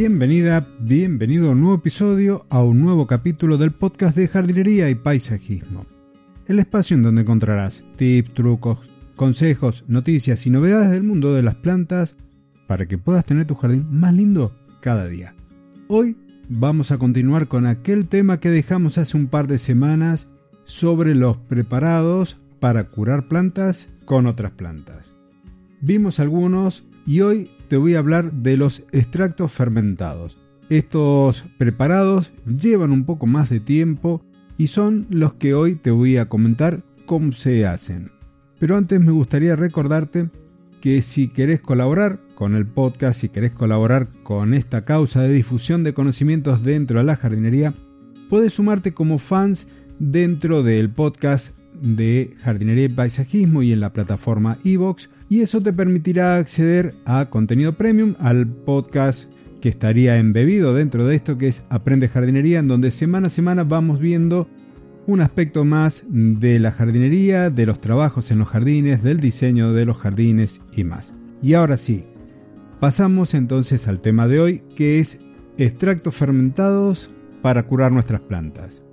Bienvenida, bienvenido a un nuevo episodio, a un nuevo capítulo del podcast de jardinería y paisajismo. El espacio en donde encontrarás tips, trucos, consejos, noticias y novedades del mundo de las plantas para que puedas tener tu jardín más lindo cada día. Hoy vamos a continuar con aquel tema que dejamos hace un par de semanas sobre los preparados para curar plantas con otras plantas. Vimos algunos y hoy te voy a hablar de los extractos fermentados. Estos preparados llevan un poco más de tiempo y son los que hoy te voy a comentar cómo se hacen. Pero antes me gustaría recordarte que si querés colaborar con el podcast, si querés colaborar con esta causa de difusión de conocimientos dentro de la jardinería, podés sumarte como fans dentro del podcast de jardinería y paisajismo y en la plataforma iVoox, y eso te permitirá acceder a contenido premium, al podcast que estaría embebido dentro de esto que es Aprende Jardinería, en donde semana a semana vamos viendo un aspecto más de la jardinería, de los trabajos en los jardines, del diseño de los jardines y más. Y ahora sí, pasamos entonces al tema de hoy, que es extractos fermentados para curar nuestras plantas.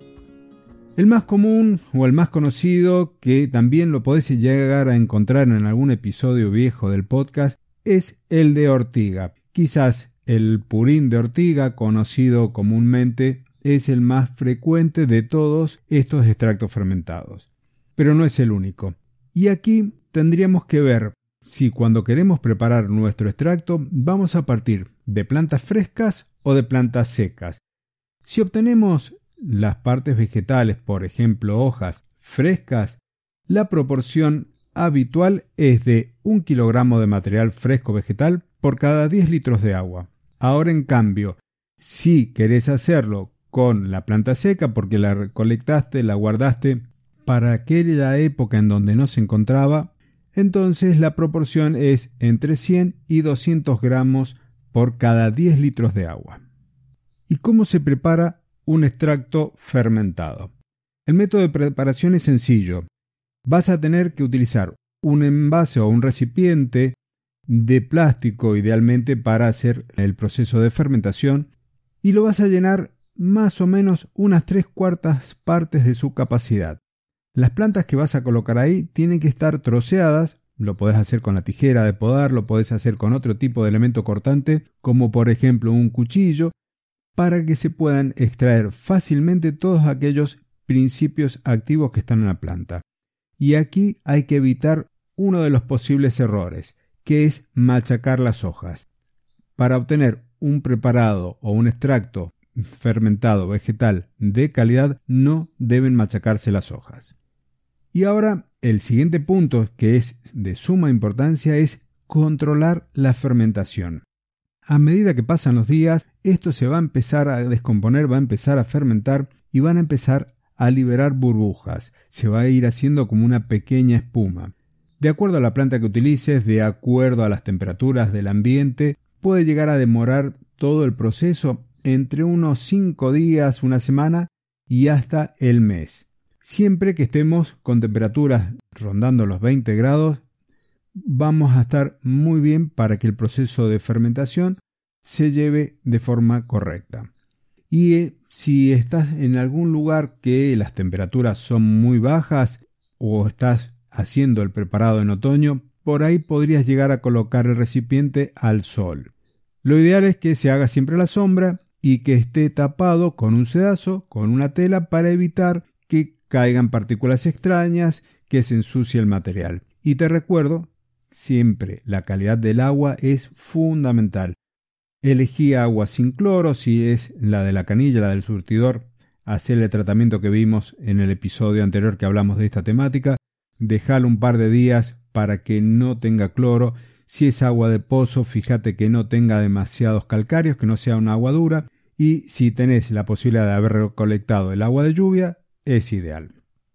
El más común o el más conocido, que también lo podés llegar a encontrar en algún episodio viejo del podcast, es el de ortiga. Quizás el purín de ortiga, conocido comúnmente, es el más frecuente de todos estos extractos fermentados. Pero no es el único. Y aquí tendríamos que ver si cuando queremos preparar nuestro extracto vamos a partir de plantas frescas o de plantas secas. Si obtenemos las partes vegetales, por ejemplo hojas frescas, la proporción habitual es de 1 kilogramo de material fresco vegetal por cada 10 litros de agua. Ahora, en cambio, si querés hacerlo con la planta seca porque la recolectaste, la guardaste para aquella época en donde no se encontraba, entonces la proporción es entre 100 y 200 gramos por cada 10 litros de agua. ¿Y cómo se prepara un extracto fermentado? El método de preparación es sencillo. Vas a tener que utilizar un envase o un recipiente de plástico, idealmente para hacer el proceso de fermentación, y lo vas a llenar más o menos unas 3/4 partes de su capacidad. Las plantas que vas a colocar ahí tienen que estar troceadas. Lo podés hacer con la tijera de podar, lo podés hacer con otro tipo de elemento cortante, como por ejemplo un cuchillo, para que se puedan extraer fácilmente todos aquellos principios activos que están en la planta. Y aquí hay que evitar uno de los posibles errores, que es machacar las hojas. Para obtener un preparado o un extracto fermentado vegetal de calidad no deben machacarse las hojas. Y ahora el siguiente punto, que es de suma importancia, es controlar la fermentación. A medida que pasan los días, esto se va a empezar a descomponer, va a empezar a fermentar y van a empezar a liberar burbujas. Se va a ir haciendo como una pequeña espuma. De acuerdo a la planta que utilices, de acuerdo a las temperaturas del ambiente, puede llegar a demorar todo el proceso entre unos 5 días, una semana y hasta el mes. Siempre que estemos con temperaturas rondando los 20 grados, vamos a estar muy bien para que el proceso de fermentación se lleve de forma correcta. Y si estás en algún lugar que las temperaturas son muy bajas o estás haciendo el preparado en otoño, por ahí podrías llegar a colocar el recipiente al sol. Lo ideal es que se haga siempre a la sombra y que esté tapado con un sedazo, con una tela, para evitar que caigan partículas extrañas, que se ensucie el material. Y te recuerdo, siempre la calidad del agua es fundamental. Elegí agua sin cloro, si es la de la canilla, la del surtidor, hacer el tratamiento que vimos en el episodio anterior que hablamos de esta temática. Dejalo un par de días para que no tenga cloro. Si es agua de pozo, fíjate que no tenga demasiados calcáreos, que no sea un agua dura. Y si tenés la posibilidad de haber recolectado el agua de lluvia, es ideal.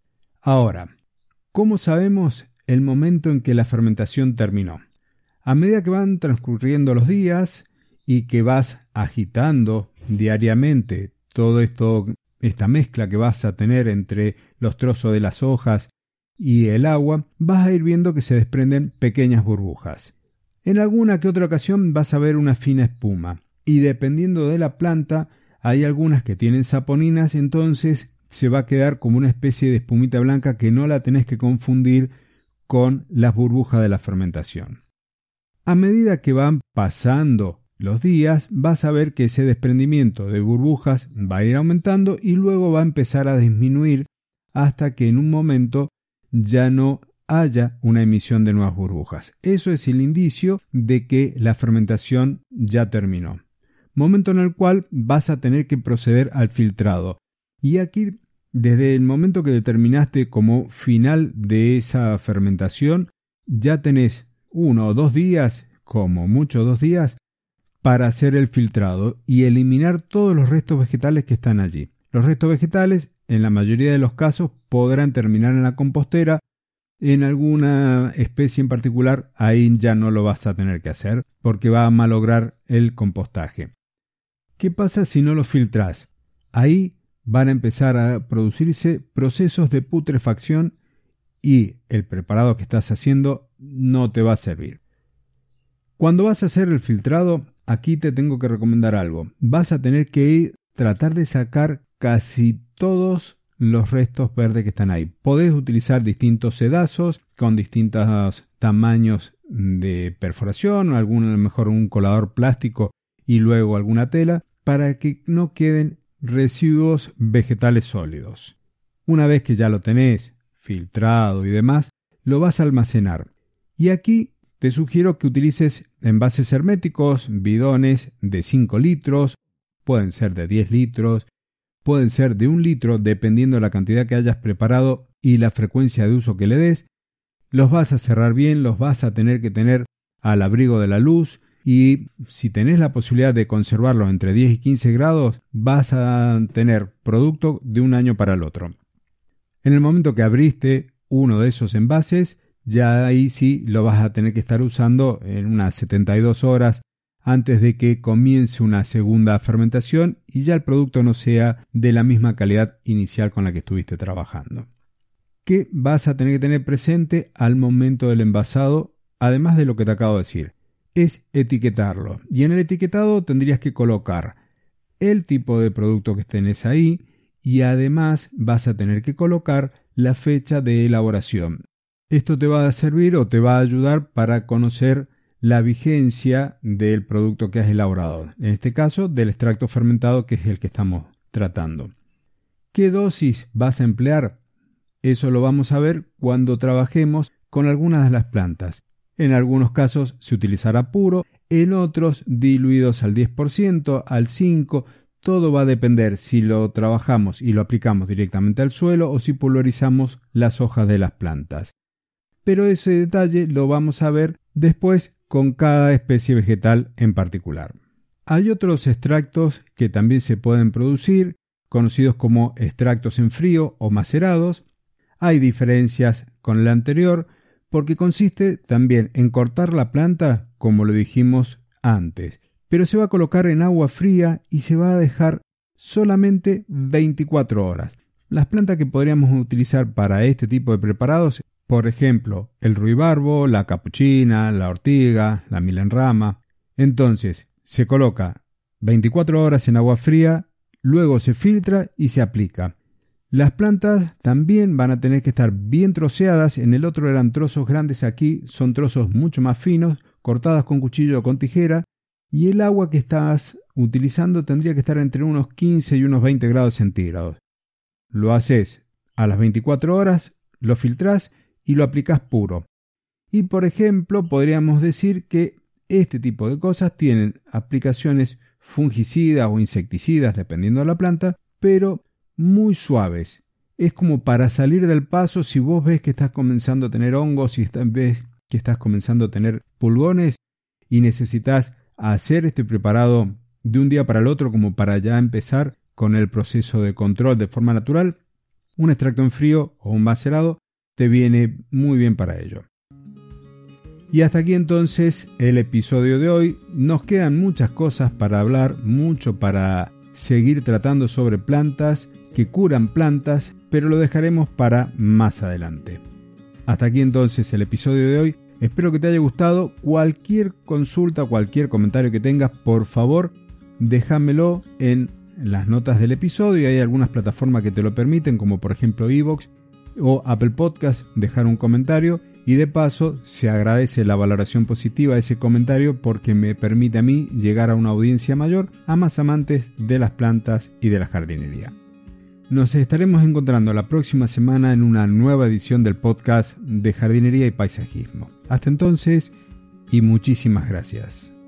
Ahora, ¿cómo sabemos el momento en que la fermentación terminó? A medida que van transcurriendo los días y que vas agitando diariamente todo esto, esta mezcla que vas a tener entre los trozos de las hojas y el agua, vas a ir viendo que se desprenden pequeñas burbujas. En alguna que otra ocasión vas a ver una fina espuma. y dependiendo de la planta hay algunas que tienen saponinas, entonces se va a quedar como una especie de espumita blanca que no la tenés que confundir con las burbujas de la fermentación. A medida que van pasando los días, vas a ver que ese desprendimiento de burbujas va a ir aumentando y luego va a empezar a disminuir hasta que en un momento ya no haya una emisión de nuevas burbujas. Eso es el indicio de que la fermentación ya terminó. Momento en el cual vas a tener que proceder al filtrado. Y aquí, desde el momento que determinaste como final de esa fermentación, ya tenés 1 o 2 días, como mucho 2 días, para hacer el filtrado y eliminar todos los restos vegetales que están allí. Los restos vegetales, en la mayoría de los casos, podrán terminar en la compostera. En alguna especie en particular, ahí ya no lo vas a tener que hacer porque va a malograr el compostaje. ¿Qué pasa si no lo filtrás? Ahí van a empezar a producirse procesos de putrefacción y el preparado que estás haciendo no te va a servir. Cuando vas a hacer el filtrado, aquí te tengo que recomendar algo. Vas a tener que tratar de sacar casi todos los restos verdes que están ahí. Podés utilizar distintos sedazos con distintos tamaños de perforación, o a lo mejor un colador plástico y luego alguna tela, para que no queden residuos vegetales sólidos. Una vez que ya lo tenés filtrado y demás, lo vas a almacenar. Y aquí te sugiero que utilices envases herméticos, bidones de 5 litros, pueden ser de 10 litros, pueden ser de 1 litro, dependiendo de la cantidad que hayas preparado y la frecuencia de uso que le des. Los vas a cerrar bien, los vas a tener que tener al abrigo de la luz y si tenés la posibilidad de conservarlos entre 10 y 15 grados, vas a tener producto de un año para el otro. En el momento que abriste uno de esos envases, ya ahí sí lo vas a tener que estar usando en unas 72 horas antes de que comience una segunda fermentación y ya el producto no sea de la misma calidad inicial con la que estuviste trabajando. ¿Qué vas a tener que tener presente al momento del envasado, además de lo que te acabo de decir? Es etiquetarlo. Y en el etiquetado tendrías que colocar el tipo de producto que tenés ahí y además vas a tener que colocar la fecha de elaboración. Esto te va a servir o te va a ayudar para conocer la vigencia del producto que has elaborado. En este caso, del extracto fermentado, que es el que estamos tratando. ¿Qué dosis vas a emplear? Eso lo vamos a ver cuando trabajemos con algunas de las plantas. En algunos casos se utilizará puro, en otros diluidos al 10%, al 5%. Todo va a depender si lo trabajamos y lo aplicamos directamente al suelo o si pulverizamos las hojas de las plantas. Pero ese detalle lo vamos a ver después con cada especie vegetal en particular. Hay otros extractos que también se pueden producir, conocidos como extractos en frío o macerados. Hay diferencias con el anterior porque consiste también en cortar la planta, como lo dijimos antes, pero se va a colocar en agua fría y se va a dejar solamente 24 horas. Las plantas que podríamos utilizar para este tipo de preparados, por ejemplo, el ruibarbo, la capuchina, la ortiga, la milenrama. Entonces, se coloca 24 horas en agua fría, luego se filtra y se aplica. Las plantas también van a tener que estar bien troceadas. En el otro eran trozos grandes, aquí son trozos mucho más finos, cortadas con cuchillo o con tijera. Y el agua que estás utilizando tendría que estar entre unos 15 y unos 20 grados centígrados. Lo haces a las 24 horas, lo filtrás y lo aplicás puro. Y por ejemplo, podríamos decir que este tipo de cosas tienen aplicaciones fungicidas o insecticidas, dependiendo de la planta, pero muy suaves. Es como para salir del paso si vos ves que estás comenzando a tener hongos, si ves que estás comenzando a tener pulgones y necesitas hacer este preparado de un día para el otro como para ya empezar con el proceso de control de forma natural, un extracto en frío o un macerado te viene muy bien para ello. Y hasta aquí entonces el episodio de hoy. Nos quedan muchas cosas para hablar, mucho para seguir tratando sobre plantas que curan plantas, pero lo dejaremos para más adelante. Hasta aquí entonces el episodio de hoy. Espero que te haya gustado. Cualquier consulta, cualquier comentario que tengas, por favor, déjamelo en las notas del episodio. Hay algunas plataformas que te lo permiten, como por ejemplo iVoox o Apple Podcast, dejar un comentario, y de paso se agradece la valoración positiva de ese comentario porque me permite a mí llegar a una audiencia mayor, a más amantes de las plantas y de la jardinería. Nos estaremos encontrando la próxima semana en una nueva edición del podcast de jardinería y paisajismo. Hasta entonces, y muchísimas gracias.